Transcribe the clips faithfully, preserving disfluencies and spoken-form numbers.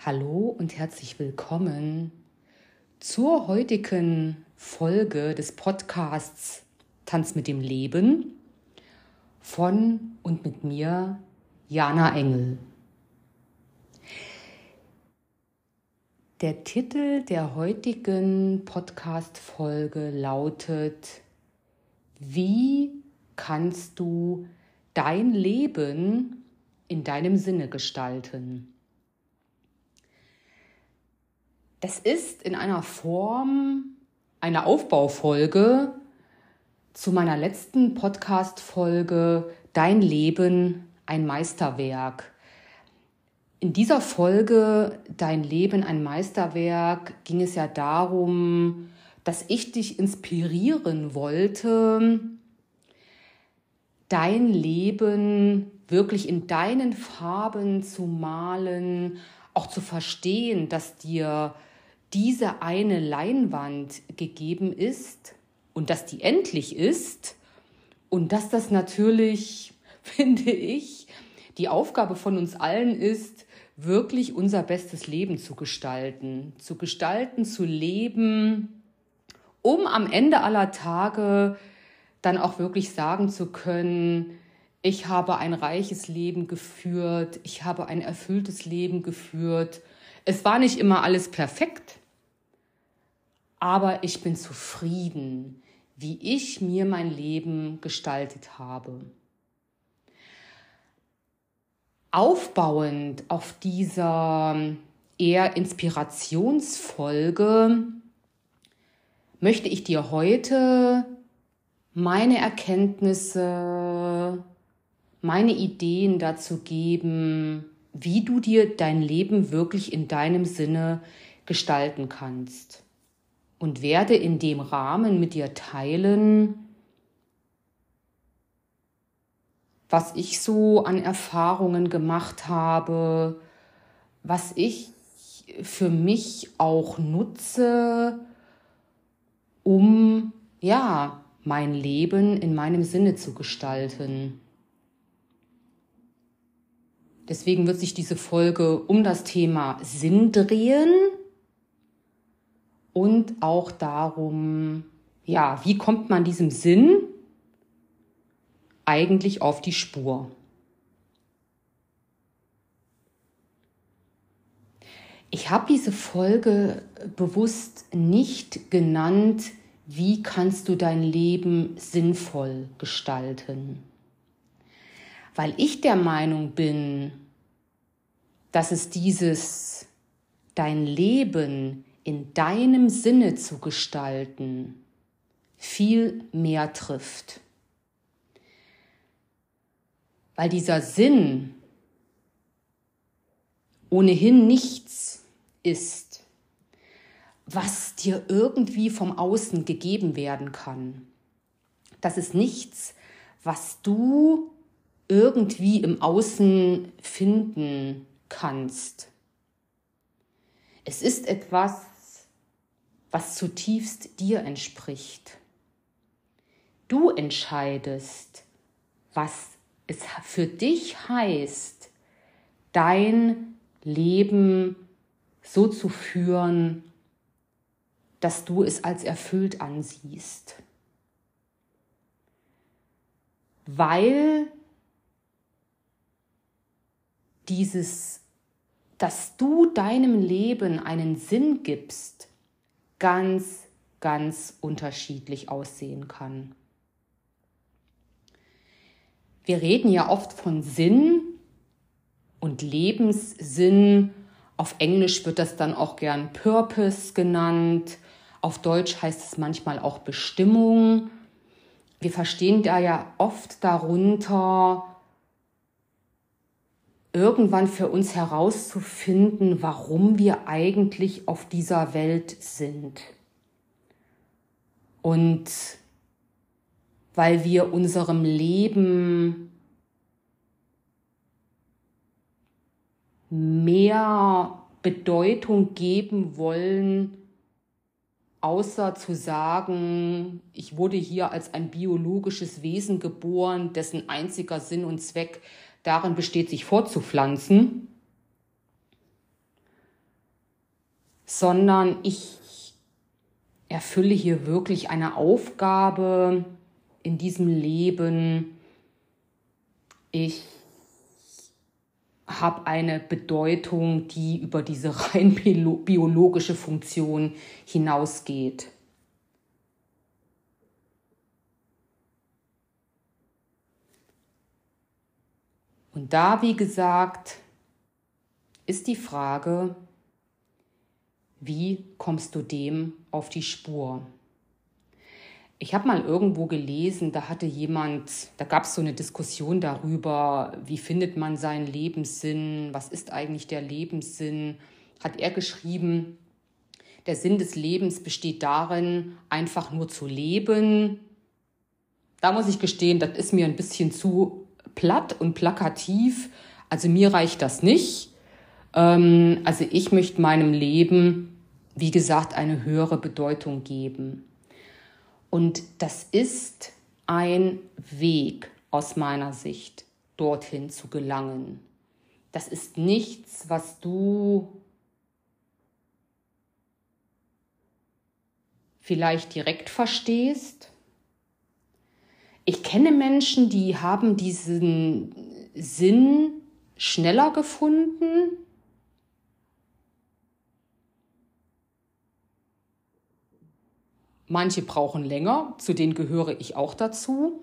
Hallo und herzlich willkommen zur heutigen Folge des Podcasts Tanz mit dem Leben von und mit mir, Jana Engel. Der Titel der heutigen Podcast-Folge lautet: Wie kannst du dein Leben in deinem Sinne gestalten? Das ist in einer Form eine Aufbaufolge zu meiner letzten Podcast-Folge Dein Leben, ein Meisterwerk. In dieser Folge Dein Leben, ein Meisterwerk ging es ja darum, dass ich dich inspirieren wollte, dein Leben wirklich in deinen Farben zu malen, auch zu verstehen, dass dir diese eine Leinwand gegeben ist und dass die endlich ist und dass das natürlich, finde ich, die Aufgabe von uns allen ist, wirklich unser bestes Leben zu gestalten, zu gestalten, zu leben, um am Ende aller Tage dann auch wirklich sagen zu können: Ich habe ein reiches Leben geführt, ich habe ein erfülltes Leben geführt. Es war nicht immer alles perfekt, aber ich bin zufrieden, wie ich mir mein Leben gestaltet habe. Aufbauend auf dieser eher Inspirationsfolge möchte ich dir heute meine Erkenntnisse, meine Ideen dazu geben, wie du dir dein Leben wirklich in deinem Sinne gestalten kannst. Und werde in dem Rahmen mit dir teilen, was ich so an Erfahrungen gemacht habe, was ich für mich auch nutze, um ja, mein Leben in meinem Sinne zu gestalten. Deswegen wird sich diese Folge um das Thema Sinn drehen und auch darum, ja, wie kommt man diesem Sinn eigentlich auf die Spur? Ich habe diese Folge bewusst nicht genannt, wie kannst du dein Leben sinnvoll gestalten? Weil ich der Meinung bin, dass es dieses dein Leben in deinem Sinne zu gestalten viel mehr trifft. Weil dieser Sinn ohnehin nichts ist, was dir irgendwie vom Außen gegeben werden kann. Das ist nichts, was du irgendwie im Außen finden kannst. Es ist etwas, was zutiefst dir entspricht. Du entscheidest, was es für dich heißt, dein Leben so zu führen, dass du es als erfüllt ansiehst. Weil dieses, dass du deinem Leben einen Sinn gibst, ganz, ganz unterschiedlich aussehen kann. Wir reden ja oft von Sinn und Lebenssinn. Auf Englisch wird das dann auch gern Purpose genannt. Auf Deutsch heißt es manchmal auch Bestimmung. Wir verstehen da ja oft darunter, irgendwann für uns herauszufinden, warum wir eigentlich auf dieser Welt sind. Und weil wir unserem Leben mehr Bedeutung geben wollen, außer zu sagen, ich wurde hier als ein biologisches Wesen geboren, dessen einziger Sinn und Zweck darin besteht, sich fortzupflanzen. sondern ich erfülle hier wirklich eine Aufgabe in diesem Leben. Ich habe eine Bedeutung, die über diese rein biologische Funktion hinausgeht. Und da, wie gesagt, ist die Frage, wie kommst du dem auf die Spur? Ich habe mal irgendwo gelesen, da hatte jemand, da gab es so eine Diskussion darüber, wie findet man seinen Lebenssinn, was ist eigentlich der Lebenssinn? Hat er geschrieben, der Sinn des Lebens besteht darin, einfach nur zu leben. Da muss ich gestehen, das ist mir ein bisschen zu platt und plakativ. Also mir reicht das nicht. Ähm, also ich möchte meinem Leben, wie gesagt, eine höhere Bedeutung geben. Und das ist ein Weg aus meiner Sicht, dorthin zu gelangen. Das ist nichts, was du vielleicht direkt verstehst. Ich kenne Menschen, die haben diesen Sinn schneller gefunden. Manche brauchen länger, zu denen gehöre ich auch dazu.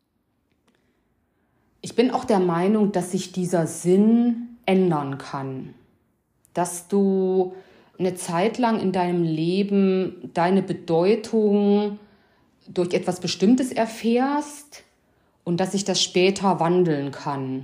Ich bin auch der Meinung, dass sich dieser Sinn ändern kann. Dass du eine Zeit lang in deinem Leben deine Bedeutung durch etwas Bestimmtes erfährst und dass sich das später wandeln kann.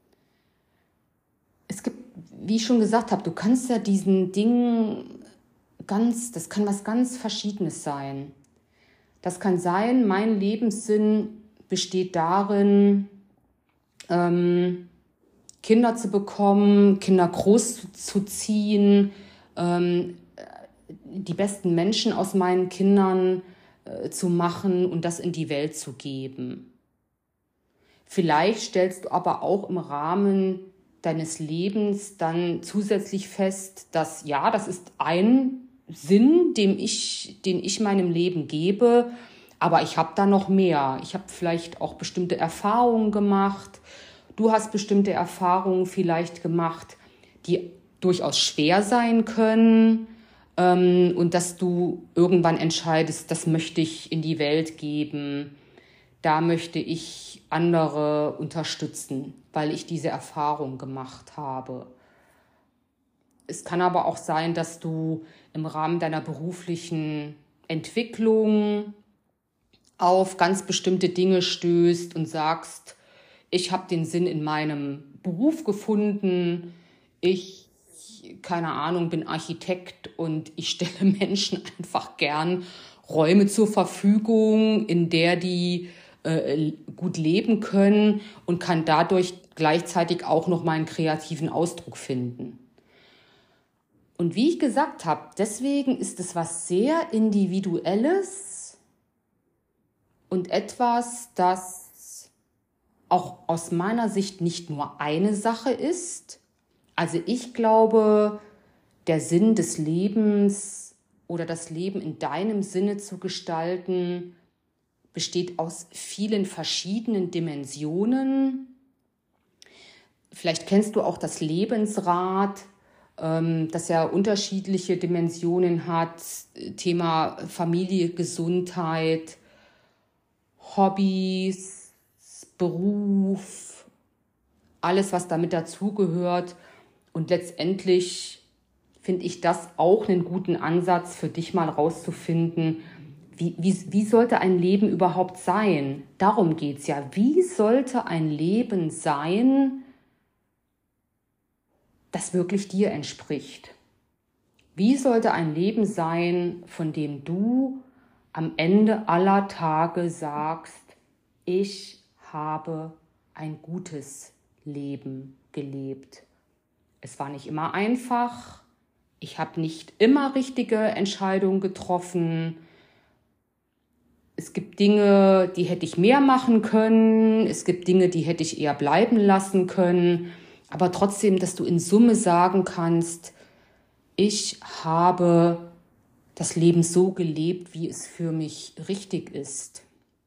Es gibt, wie ich schon gesagt habe, du kannst ja diesen Dingen ganz, das kann was ganz Verschiedenes sein. Das kann sein, mein Lebenssinn besteht darin, ähm, Kinder zu bekommen, Kinder großzuziehen, ähm, die besten Menschen aus meinen Kindern äh, zu machen und das in die Welt zu geben. Vielleicht stellst du aber auch im Rahmen deines Lebens dann zusätzlich fest, dass ja, das ist ein Sinn, dem ich, den ich meinem Leben gebe, aber ich habe da noch mehr. Ich habe vielleicht auch bestimmte Erfahrungen gemacht. Du hast bestimmte Erfahrungen vielleicht gemacht, die durchaus schwer sein können, ähm, und dass du irgendwann entscheidest, das möchte ich in die Welt geben. Da möchte ich andere unterstützen, weil ich diese Erfahrung gemacht habe. Es kann aber auch sein, dass du im Rahmen deiner beruflichen Entwicklung auf ganz bestimmte Dinge stößt und sagst, ich habe den Sinn in meinem Beruf gefunden, ich, keine Ahnung, bin Architekt und ich stelle Menschen einfach gern Räume zur Verfügung, in der die äh, gut leben können und kann dadurch gleichzeitig auch noch meinen kreativen Ausdruck finden. Und wie ich gesagt habe, deswegen ist es was sehr Individuelles und etwas, das auch aus meiner Sicht nicht nur eine Sache ist. Also ich glaube, der Sinn des Lebens oder das Leben in deinem Sinne zu gestalten, besteht aus vielen verschiedenen Dimensionen. Vielleicht kennst du auch das Lebensrad, das ja unterschiedliche Dimensionen hat. Thema Familie, Gesundheit, Hobbys, Beruf, alles, was damit dazugehört. Und letztendlich finde ich das auch einen guten Ansatz für dich mal rauszufinden, wie, wie, wie sollte ein Leben überhaupt sein? Darum geht es ja. Wie sollte ein Leben sein, das wirklich dir entspricht? Wie sollte ein Leben sein, von dem du am Ende aller Tage sagst, ich habe ein gutes Leben gelebt? Es war nicht immer einfach, ich habe nicht immer richtige Entscheidungen getroffen. Es gibt Dinge, die hätte ich mehr machen können, es gibt Dinge, die hätte ich eher bleiben lassen können. Aber trotzdem, dass du in Summe sagen kannst, ich habe das Leben so gelebt, wie es für mich richtig ist.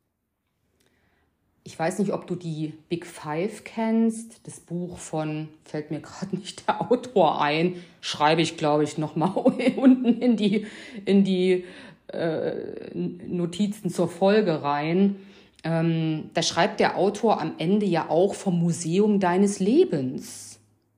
Ich weiß nicht, ob du die Big Five kennst, das Buch von, fällt mir gerade nicht der Autor ein, schreibe ich, glaube ich, nochmal unten in die, in die äh, Notizen zur Folge rein. Ähm, da schreibt der Autor am Ende ja auch vom Museum deines Lebens.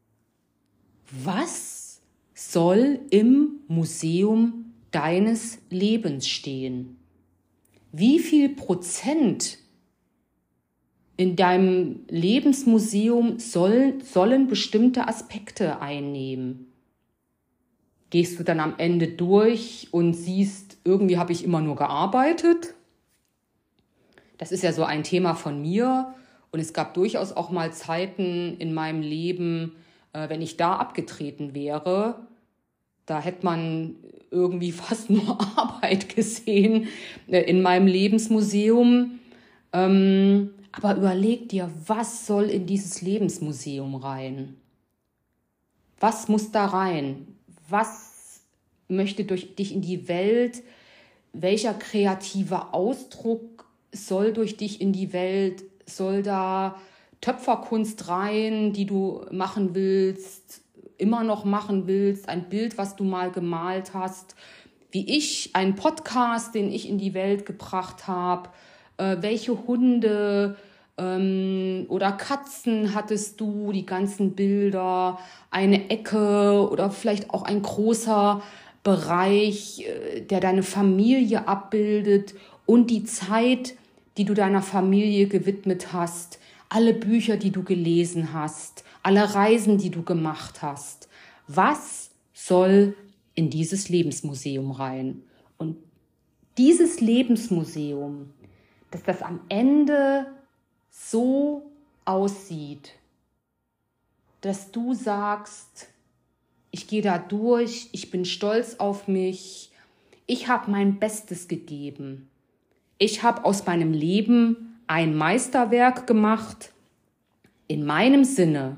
Was soll im Museum deines Lebens stehen? Wie viel Prozent in deinem Lebensmuseum soll, sollen bestimmte Aspekte einnehmen? Gehst du dann am Ende durch und siehst, irgendwie habe ich immer nur gearbeitet? Das ist ja so ein Thema von mir. Und es gab durchaus auch mal Zeiten in meinem Leben, äh, wenn ich da abgetreten wäre, da hätte man irgendwie fast nur Arbeit gesehen äh, in meinem Lebensmuseum. Ähm, Aber überleg dir, was soll in dieses Lebensmuseum rein? Was muss da rein? Was möchte durch dich in die Welt? Welcher kreative Ausdruck soll durch dich in die Welt? Soll da Töpferkunst rein, die du machen willst, immer noch machen willst? Ein Bild, was du mal gemalt hast? Wie ich, ein Podcast, den ich in die Welt gebracht habe? Äh, welche Hunde ähm, oder Katzen hattest du, die ganzen Bilder, eine Ecke oder vielleicht auch ein großer Bereich, äh, der deine Familie abbildet und die Zeit, die du deiner Familie gewidmet hast, alle Bücher, die du gelesen hast, alle Reisen, die du gemacht hast. Was soll in dieses Lebensmuseum rein? Und dieses Lebensmuseum, dass das am Ende so aussieht, dass du sagst, ich gehe da durch, ich bin stolz auf mich, ich habe mein Bestes gegeben. Ich habe aus meinem Leben ein Meisterwerk gemacht, in meinem Sinne.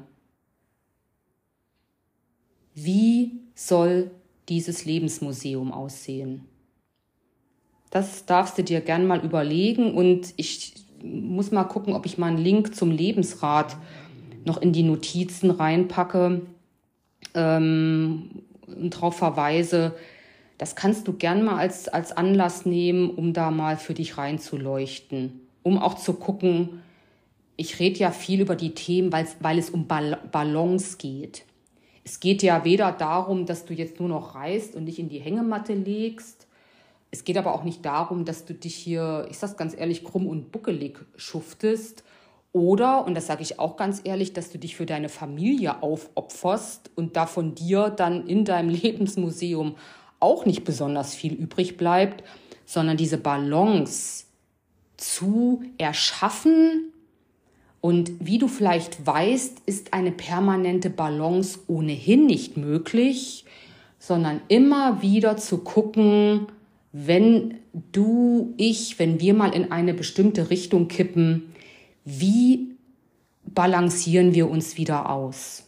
Wie soll dieses Lebensmuseum aussehen? Das darfst du dir gern mal überlegen und ich muss mal gucken, ob ich mal einen Link zum Lebensrat noch in die Notizen reinpacke ähm, und darauf verweise. Das kannst du gern mal als, als Anlass nehmen, um da mal für dich reinzuleuchten, um auch zu gucken, ich rede ja viel über die Themen, weil, weil es um Balance geht. Es geht ja weder darum, dass du jetzt nur noch reist und dich in die Hängematte legst. Es geht aber auch nicht darum, dass du dich hier, ich sag's ganz ehrlich, krumm und buckelig schuftest. Oder, und das sage ich auch ganz ehrlich, dass du dich für deine Familie aufopferst und da von dir dann in deinem Lebensmuseum auch nicht besonders viel übrig bleibt, sondern diese Balance zu erschaffen. Und wie du vielleicht weißt, ist eine permanente Balance ohnehin nicht möglich, sondern immer wieder zu gucken, wenn du, ich, wenn wir mal in eine bestimmte Richtung kippen, wie balancieren wir uns wieder aus?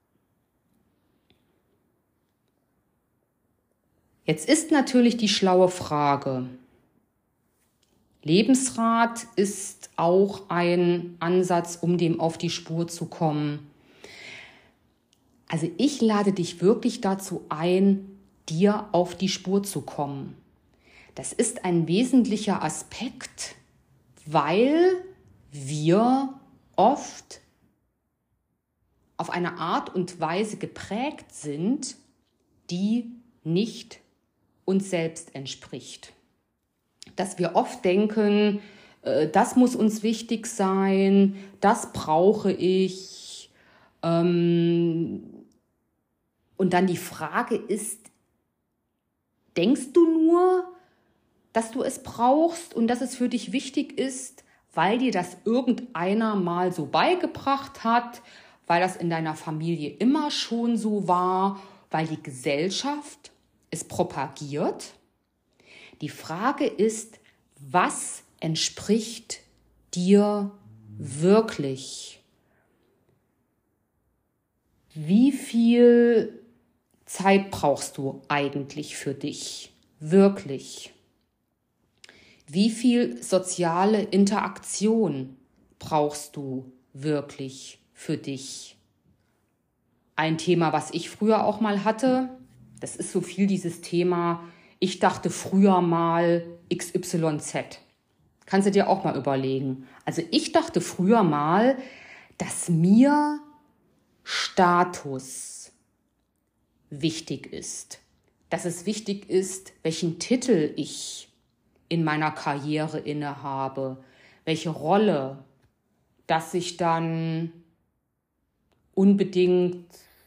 Jetzt ist natürlich die schlaue Frage. Lebensrat ist auch ein Ansatz, um dem auf die Spur zu kommen. Also ich lade dich wirklich dazu ein, dir auf die Spur zu kommen. Das ist ein wesentlicher Aspekt, weil wir oft auf eine Art und Weise geprägt sind, die nicht uns selbst entspricht. Dass wir oft denken, das muss uns wichtig sein, das brauche ich. Und dann die Frage ist, denkst du nur, dass du es brauchst und dass es für dich wichtig ist, weil dir das irgendeiner mal so beigebracht hat, weil das in deiner Familie immer schon so war, weil die Gesellschaft es propagiert? Die Frage ist, was entspricht dir wirklich? Wie viel Zeit brauchst du eigentlich für dich? Wirklich? Wie viel soziale Interaktion brauchst du wirklich für dich? Ein Thema, was ich früher auch mal hatte, das ist so viel dieses Thema, ich dachte früher mal X Y Z. Kannst du dir auch mal überlegen. Also ich dachte früher mal, dass mir Status wichtig ist. Dass es wichtig ist, welchen Titel ich in meiner Karriere innehabe, welche Rolle, dass ich dann unbedingt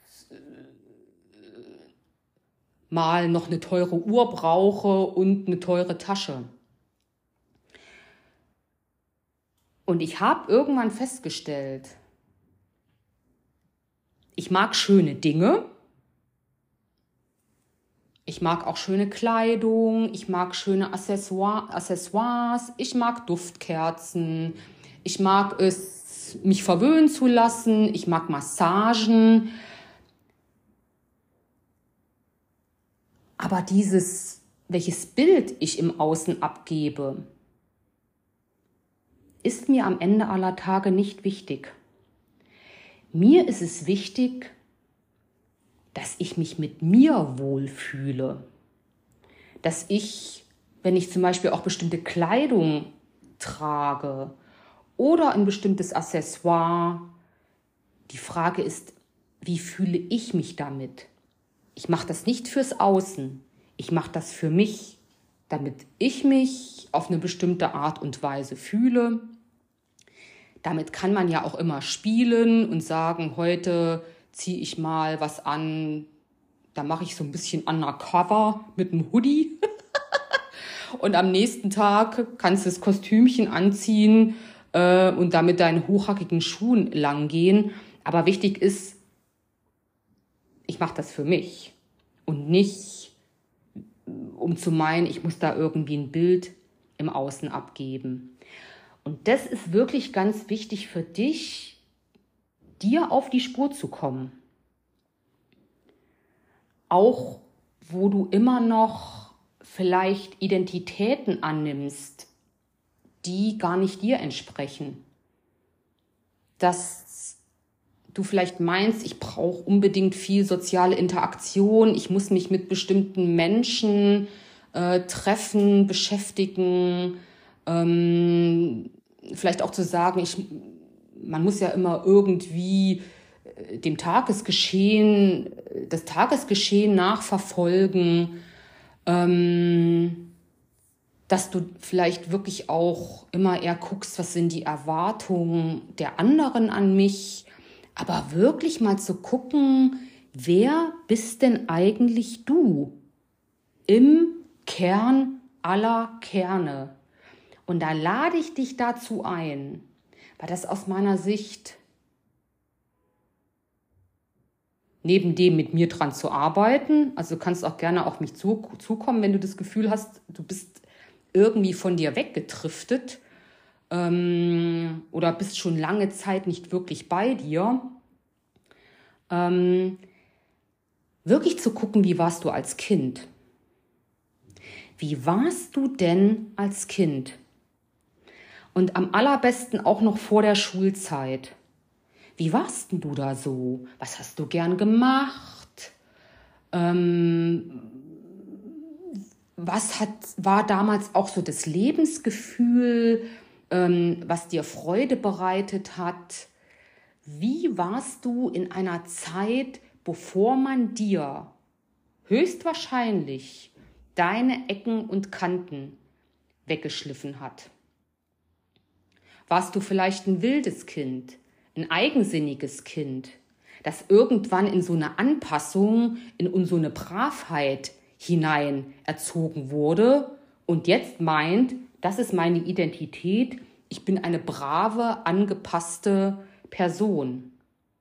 mal noch eine teure Uhr brauche und eine teure Tasche. Und ich habe irgendwann festgestellt, ich mag schöne Dinge, ich mag auch schöne Kleidung, ich mag schöne Accessoire, Accessoires, ich mag Duftkerzen, ich mag es, mich verwöhnen zu lassen, ich mag Massagen. Aber dieses, welches Bild ich im Außen abgebe, ist mir am Ende aller Tage nicht wichtig. Mir ist es wichtig, dass ich mich mit mir wohlfühle. Dass ich, wenn ich zum Beispiel auch bestimmte Kleidung trage oder ein bestimmtes Accessoire, die Frage ist, wie fühle ich mich damit? Ich mache das nicht fürs Außen, ich mache das für mich, damit ich mich auf eine bestimmte Art und Weise fühle. Damit kann man ja auch immer spielen und sagen, heute ziehe ich mal was an, da mache ich so ein bisschen undercover mit einem Hoodie. Und am nächsten Tag kannst du das Kostümchen anziehen äh, und da mit deinen hochhackigen Schuhen langgehen. Aber wichtig ist, ich mache das für mich und nicht, um zu meinen, ich muss da irgendwie ein Bild im Außen abgeben. Und das ist wirklich ganz wichtig für dich, dir auf die Spur zu kommen. Auch wo du immer noch vielleicht Identitäten annimmst, die gar nicht dir entsprechen. Dass du vielleicht meinst, ich brauche unbedingt viel soziale Interaktion, ich muss mich mit bestimmten Menschen äh, treffen, beschäftigen, ähm, vielleicht auch zu sagen, ich, man muss ja immer irgendwie dem Tagesgeschehen, das Tagesgeschehen nachverfolgen, ähm, dass du vielleicht wirklich auch immer eher guckst, was sind die Erwartungen der anderen an mich, aber wirklich mal zu gucken, wer bist denn eigentlich du im Kern aller Kerne? Und da lade ich dich dazu ein, weil das aus meiner Sicht, neben dem mit mir dran zu arbeiten, also du kannst auch gerne auf mich zu, zukommen, wenn du das Gefühl hast, du bist irgendwie von dir weggedriftet ähm, oder bist schon lange Zeit nicht wirklich bei dir, ähm, wirklich zu gucken, wie warst du als Kind? Wie warst du denn als Kind? Und am allerbesten auch noch vor der Schulzeit. Wie warst denn du da so? Was hast du gern gemacht? Ähm, was hat, war damals auch so das Lebensgefühl, ähm, was dir Freude bereitet hat? Wie warst du in einer Zeit, bevor man dir höchstwahrscheinlich deine Ecken und Kanten weggeschliffen hat? Warst du vielleicht ein wildes Kind, ein eigensinniges Kind, das irgendwann in so eine Anpassung, in so eine Bravheit hinein erzogen wurde und jetzt meint, das ist meine Identität, ich bin eine brave, angepasste Person?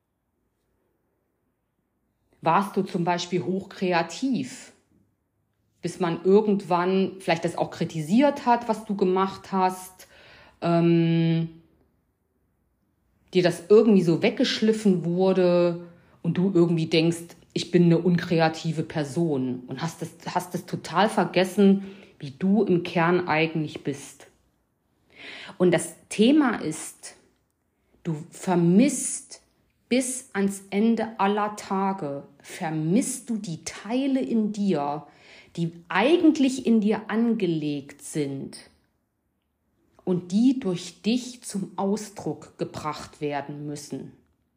Warst du zum Beispiel hochkreativ, bis man irgendwann vielleicht das auch kritisiert hat, was du gemacht hast, ähm, dir das irgendwie so weggeschliffen wurde und du irgendwie denkst, ich bin eine unkreative Person und hast es, hast es total vergessen, wie du im Kern eigentlich bist. Und das Thema ist, du vermisst bis ans Ende aller Tage, vermisst du die Teile in dir, die eigentlich in dir angelegt sind und die durch dich zum Ausdruck gebracht werden müssen.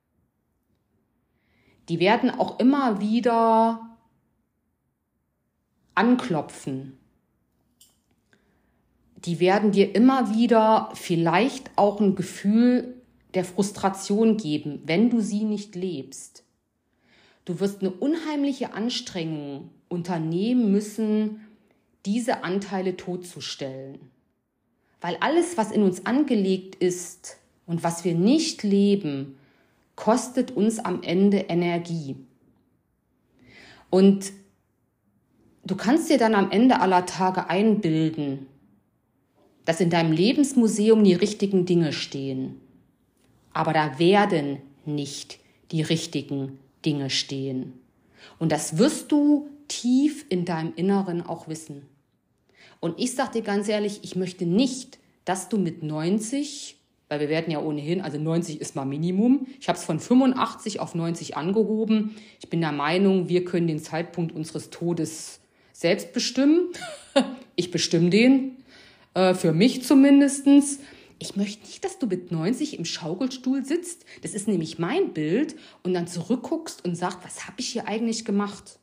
Die werden auch immer wieder anklopfen. Die werden dir immer wieder vielleicht auch ein Gefühl der Frustration geben, wenn du sie nicht lebst. Du wirst eine unheimliche Anstrengung unternehmen müssen, diese Anteile totzustellen. Weil alles, was in uns angelegt ist und was wir nicht leben, kostet uns am Ende Energie. Und du kannst dir dann am Ende aller Tage einbilden, dass in deinem Lebensmuseum die richtigen Dinge stehen. Aber da werden nicht die richtigen Dinge stehen. Und das wirst du tief in deinem Inneren auch wissen. Und ich sage dir ganz ehrlich, ich möchte nicht, dass du mit neunzig, weil wir werden ja ohnehin, also neunzig ist mal Minimum, ich habe es von fünfundachtzig auf neunzig angehoben. Ich bin der Meinung, wir können den Zeitpunkt unseres Todes selbst bestimmen. Ich bestimme den, äh, für mich zumindestens. Ich möchte nicht, dass du mit neunzig im Schaukelstuhl sitzt. Das ist nämlich mein Bild. Und dann zurückguckst und sagst, was habe ich hier eigentlich gemacht?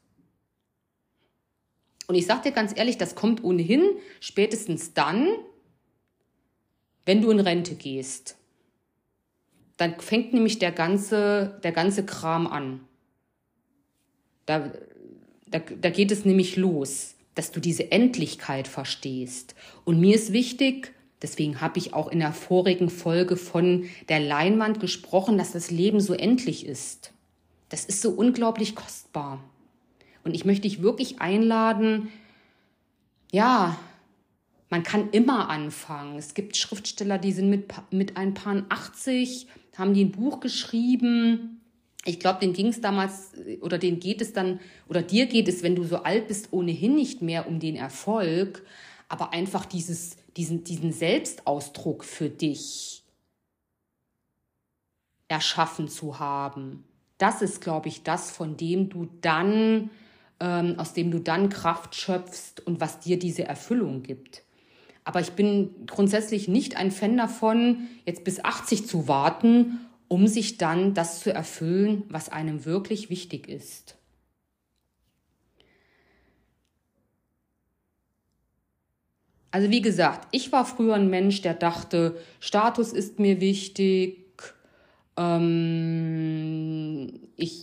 Und ich sage dir ganz ehrlich, das kommt ohnehin spätestens dann, wenn du in Rente gehst. Dann fängt nämlich der ganze, der ganze Kram an. Da, da, da geht es nämlich los, dass du diese Endlichkeit verstehst. Und mir ist wichtig, deswegen habe ich auch in der vorigen Folge von der Leinwand gesprochen, dass das Leben so endlich ist. Das ist so unglaublich kostbar. Und ich möchte dich wirklich einladen, ja, man kann immer anfangen. Es gibt Schriftsteller, die sind mit, mit ein paar achtzig, haben die ein Buch geschrieben. Ich glaube, denen ging es damals, oder denen geht es dann, oder dir geht es, wenn du so alt bist, ohnehin nicht mehr um den Erfolg, aber einfach dieses, diesen, diesen Selbstausdruck für dich erschaffen zu haben. Das ist, glaube ich, das, von dem du dann, ähm, aus dem du dann Kraft schöpfst und was dir diese Erfüllung gibt. Aber ich bin grundsätzlich nicht ein Fan davon, jetzt bis achtzig zu warten, um sich dann das zu erfüllen, was einem wirklich wichtig ist. Also wie gesagt, ich war früher ein Mensch, der dachte, Status ist mir wichtig, ähm, ich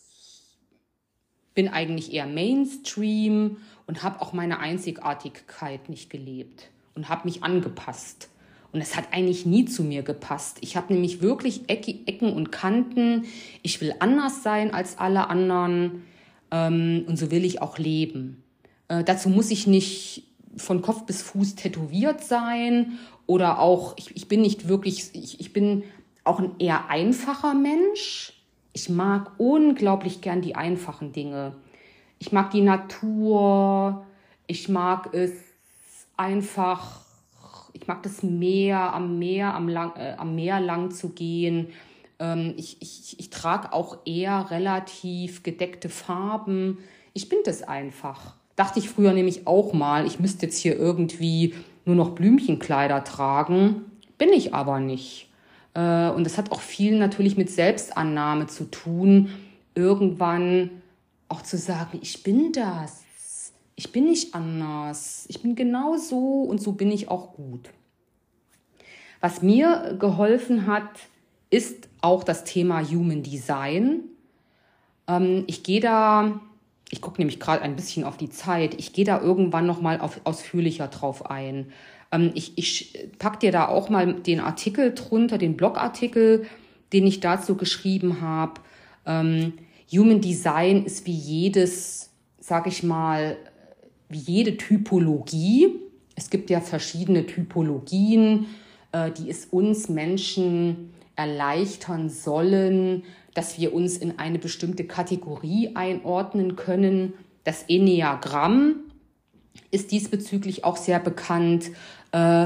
bin eigentlich eher Mainstream und habe auch meine Einzigartigkeit nicht gelebt und habe mich angepasst. Und es hat eigentlich nie zu mir gepasst. Ich habe nämlich wirklich Ecken und Kanten. Ich will anders sein als alle anderen, ähm, und so will ich auch leben. Äh, dazu muss ich nicht von Kopf bis Fuß tätowiert sein oder auch, ich, ich bin nicht wirklich, ich, ich bin auch ein eher einfacher Mensch. Ich mag unglaublich gern die einfachen Dinge. Ich mag die Natur, ich mag es einfach, ich mag das Meer, am Meer, am, lang, äh, am Meer lang zu gehen. Ähm, ich, ich, ich trage auch eher relativ gedeckte Farben. Ich bin das einfach. Dachte ich früher nämlich auch mal, ich müsste jetzt hier irgendwie nur noch Blümchenkleider tragen. Bin ich aber nicht. Äh, und das hat auch viel natürlich mit Selbstannahme zu tun. Irgendwann auch zu sagen, ich bin das. Ich bin nicht anders. Ich bin genau so und so bin ich auch gut. Was mir geholfen hat, ist auch das Thema Human Design. Ähm, ich gehe da, ich gucke nämlich gerade ein bisschen auf die Zeit, ich gehe da irgendwann nochmal ausführlicher drauf ein. Ähm, ich ich packe dir da auch mal den Artikel drunter, den Blogartikel, den ich dazu geschrieben habe. Ähm, Human Design ist wie jedes, sag ich mal, wie jede Typologie. Es gibt ja verschiedene Typologien, äh, die es uns Menschen erleichtern sollen, dass wir uns in eine bestimmte Kategorie einordnen können. Das Enneagramm ist diesbezüglich auch sehr bekannt, äh,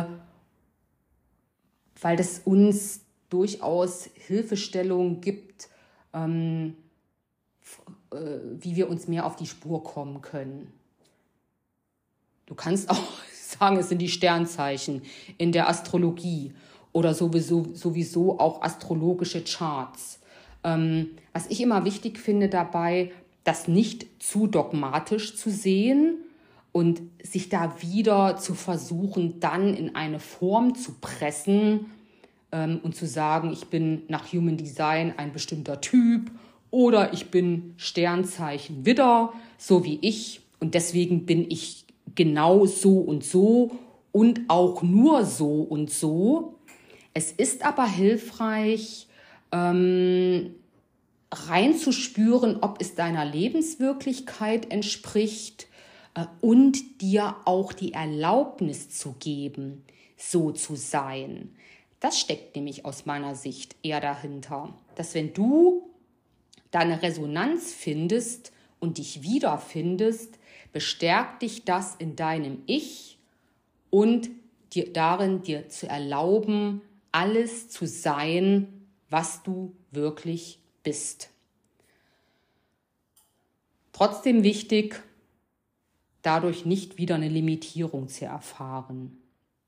weil das uns durchaus Hilfestellung gibt, ähm, äh, wie wir uns mehr auf die Spur kommen können. Du kannst auch sagen, es sind die Sternzeichen in der Astrologie oder sowieso, sowieso auch astrologische Charts. Ähm, was ich immer wichtig finde dabei, das nicht zu dogmatisch zu sehen und sich da wieder zu versuchen, dann in eine Form zu pressen ähm, und zu sagen, ich bin nach Human Design ein bestimmter Typ oder ich bin Sternzeichen Widder, so wie ich, und deswegen bin ich genau so und so und auch nur so und so. Es ist aber hilfreich, ähm, reinzuspüren, ob es deiner Lebenswirklichkeit entspricht äh, und dir auch die Erlaubnis zu geben, so zu sein. Das steckt nämlich aus meiner Sicht eher dahinter, dass wenn du deine Resonanz findest und dich wiederfindest, bestärkt dich das in deinem Ich und dir darin, dir zu erlauben, alles zu sein, was du wirklich bist. Trotzdem wichtig, dadurch nicht wieder eine Limitierung zu erfahren.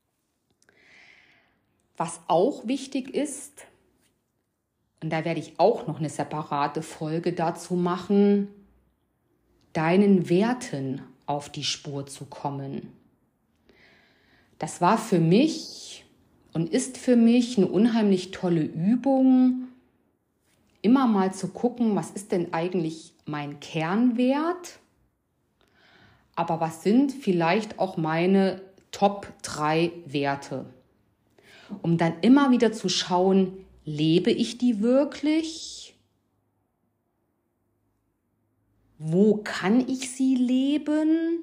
Was auch wichtig ist, und da werde ich auch noch eine separate Folge dazu machen, deinen Werten auf die Spur zu kommen. Das war für mich und ist für mich eine unheimlich tolle Übung, immer mal zu gucken, was ist denn eigentlich mein Kernwert, aber was sind vielleicht auch meine Top drei Werte, um dann immer wieder zu schauen, lebe ich die wirklich? Wo kann ich sie leben?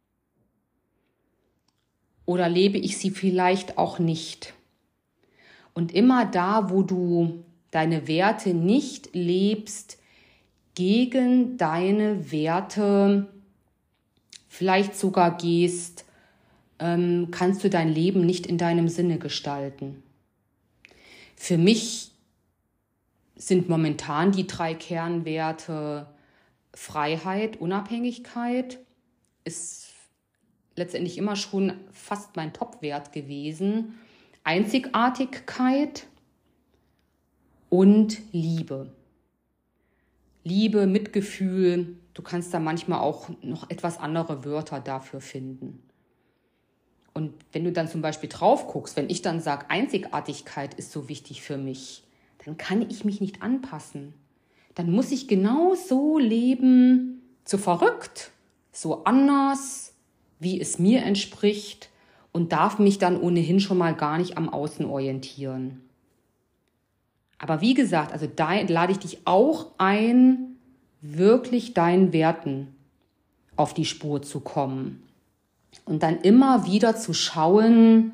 Oder lebe ich sie vielleicht auch nicht? Und immer da, wo du deine Werte nicht lebst, gegen deine Werte vielleicht sogar gehst, ähm, kannst du dein Leben nicht in deinem Sinne gestalten. Für mich sind momentan die drei Kernwerte Freiheit, Unabhängigkeit, ist letztendlich immer schon fast mein Topwert gewesen. Einzigartigkeit und Liebe. Liebe, Mitgefühl, du kannst da manchmal auch noch etwas andere Wörter dafür finden. Und wenn du dann zum Beispiel drauf guckst, wenn ich dann sage, Einzigartigkeit ist so wichtig für mich, dann kann ich mich nicht anpassen. Dann muss ich genau so leben, so verrückt, so anders, wie es mir entspricht und darf mich dann ohnehin schon mal gar nicht am Außen orientieren. Aber wie gesagt, also da lade ich dich auch ein, wirklich deinen Werten auf die Spur zu kommen und dann immer wieder zu schauen.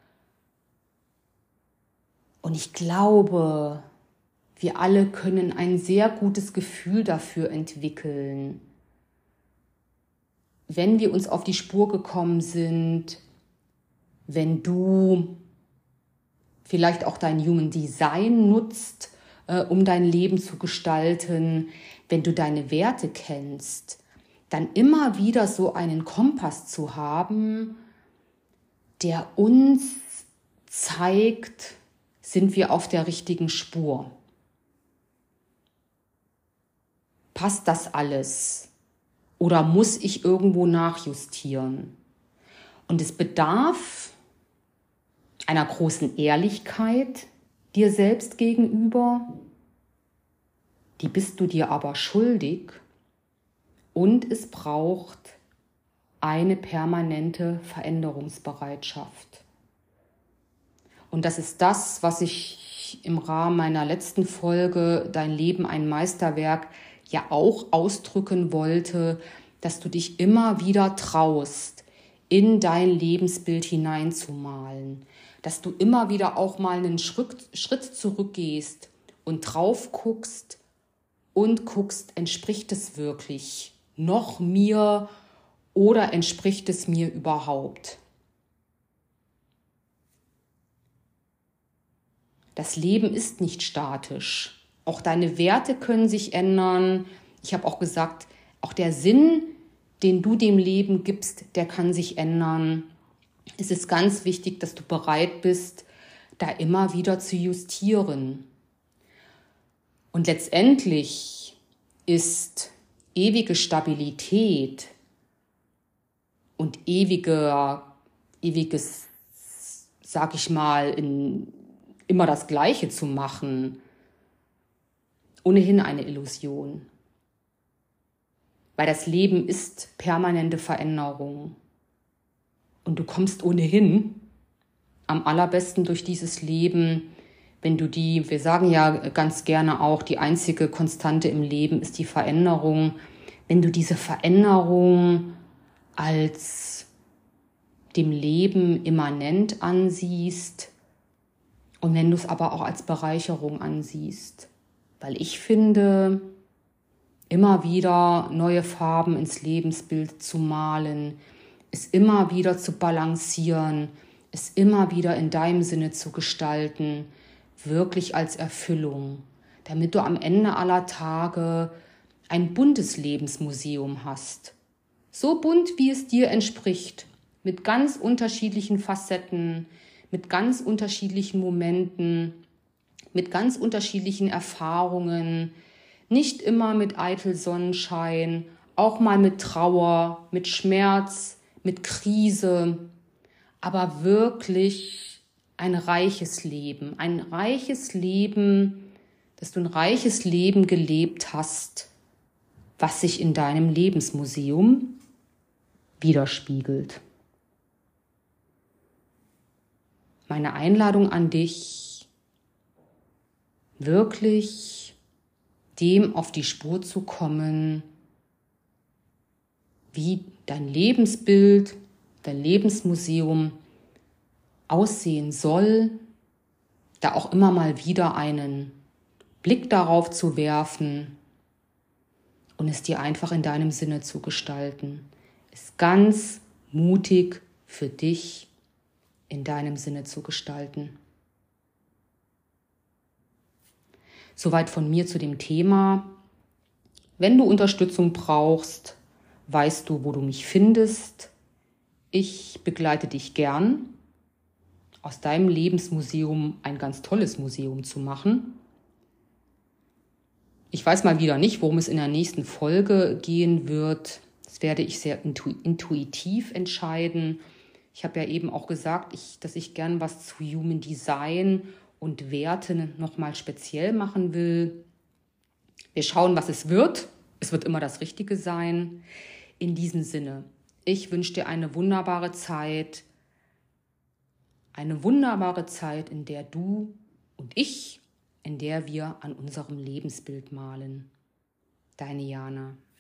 Und ich glaube, wir alle können ein sehr gutes Gefühl dafür entwickeln, wenn wir uns auf die Spur gekommen sind, wenn du vielleicht auch dein Human Design nutzt, äh, um dein Leben zu gestalten, wenn du deine Werte kennst, dann immer wieder so einen Kompass zu haben, der uns zeigt, sind wir auf der richtigen Spur. Passt das alles? Oder muss ich irgendwo nachjustieren? Und es bedarf einer großen Ehrlichkeit dir selbst gegenüber, die bist du dir aber schuldig, und es braucht eine permanente Veränderungsbereitschaft. Und das ist das, was ich im Rahmen meiner letzten Folge Dein Leben ein Meisterwerk ja auch ausdrücken wollte, dass du dich immer wieder traust, in dein Lebensbild hineinzumalen, dass du immer wieder auch mal einen Schritt, Schritt zurückgehst und drauf guckst, und guckst, entspricht es wirklich noch mir oder entspricht es mir überhaupt? Das Leben ist nicht statisch. Auch deine Werte können sich ändern. Ich habe auch gesagt, auch der Sinn, den du dem Leben gibst, der kann sich ändern. Es ist ganz wichtig, dass du bereit bist, da immer wieder zu justieren. Und letztendlich ist ewige Stabilität und ewige, ewiges, sag ich mal, in, immer das Gleiche zu machen, ohnehin eine Illusion. Weil das Leben ist permanente Veränderung. Und du kommst ohnehin am allerbesten durch dieses Leben, wenn du die, wir sagen ja ganz gerne auch, die einzige Konstante im Leben ist die Veränderung. Wenn du diese Veränderung als dem Leben immanent ansiehst und wenn du es aber auch als Bereicherung ansiehst. Weil ich finde, immer wieder neue Farben ins Lebensbild zu malen, es immer wieder zu balancieren, es immer wieder in deinem Sinne zu gestalten, wirklich als Erfüllung, damit du am Ende aller Tage ein buntes Lebensmuseum hast. So bunt, wie es dir entspricht, mit ganz unterschiedlichen Facetten, mit ganz unterschiedlichen Momenten, mit ganz unterschiedlichen Erfahrungen, nicht immer mit eitel Sonnenschein, auch mal mit Trauer, mit Schmerz, mit Krise, aber wirklich ein reiches Leben, ein reiches Leben, dass du ein reiches Leben gelebt hast, was sich in deinem Lebensmuseum widerspiegelt. Meine Einladung an dich, wirklich dem auf die Spur zu kommen, wie dein Lebensbild, dein Lebensmuseum aussehen soll, da auch immer mal wieder einen Blick darauf zu werfen und es dir einfach in deinem Sinne zu gestalten. Es ganz mutig für dich in deinem Sinne zu gestalten. Soweit von mir zu dem Thema. Wenn du Unterstützung brauchst, weißt du, wo du mich findest. Ich begleite dich gern, aus deinem Lebensmuseum ein ganz tolles Museum zu machen. Ich weiß mal wieder nicht, worum es in der nächsten Folge gehen wird. Das werde ich sehr intu- intuitiv entscheiden. Ich habe ja eben auch gesagt, ich, dass ich gern was zu Human Design und Werten nochmal speziell machen will. Wir schauen, was es wird. Es wird immer das Richtige sein. In diesem Sinne, ich wünsche dir eine wunderbare Zeit. Eine wunderbare Zeit, in der du und ich, in der wir an unserem Lebensbild malen. Deine Jana.